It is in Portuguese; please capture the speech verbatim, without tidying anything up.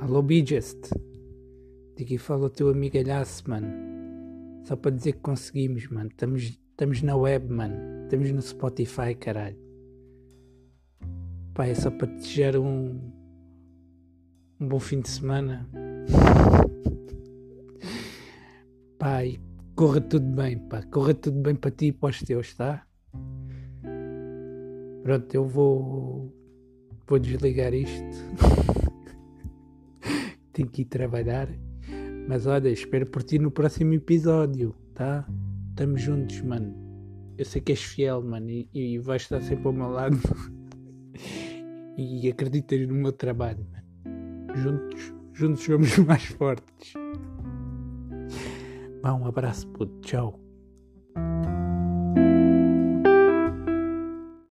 Alô, Bigest. Daqui fala o teu amigalhaço, mano. Só para dizer que conseguimos, mano. Estamos, estamos na web, mano. Estamos no Spotify, caralho. Pá, é só para te desejar um, um bom fim de semana. Pá, e corra tudo bem, pá. Corra tudo bem para ti e para os teus, tá? Pronto, eu vou... Vou desligar isto. Tenho que ir trabalhar. Mas olha, espero por ti no próximo episódio, tá? Estamos juntos, mano. Eu sei que és fiel, mano, e, e vais estar sempre ao meu lado. E acreditas no meu trabalho, mano. Juntos, juntos somos mais fortes. Vá, um abraço, puto. Tchau.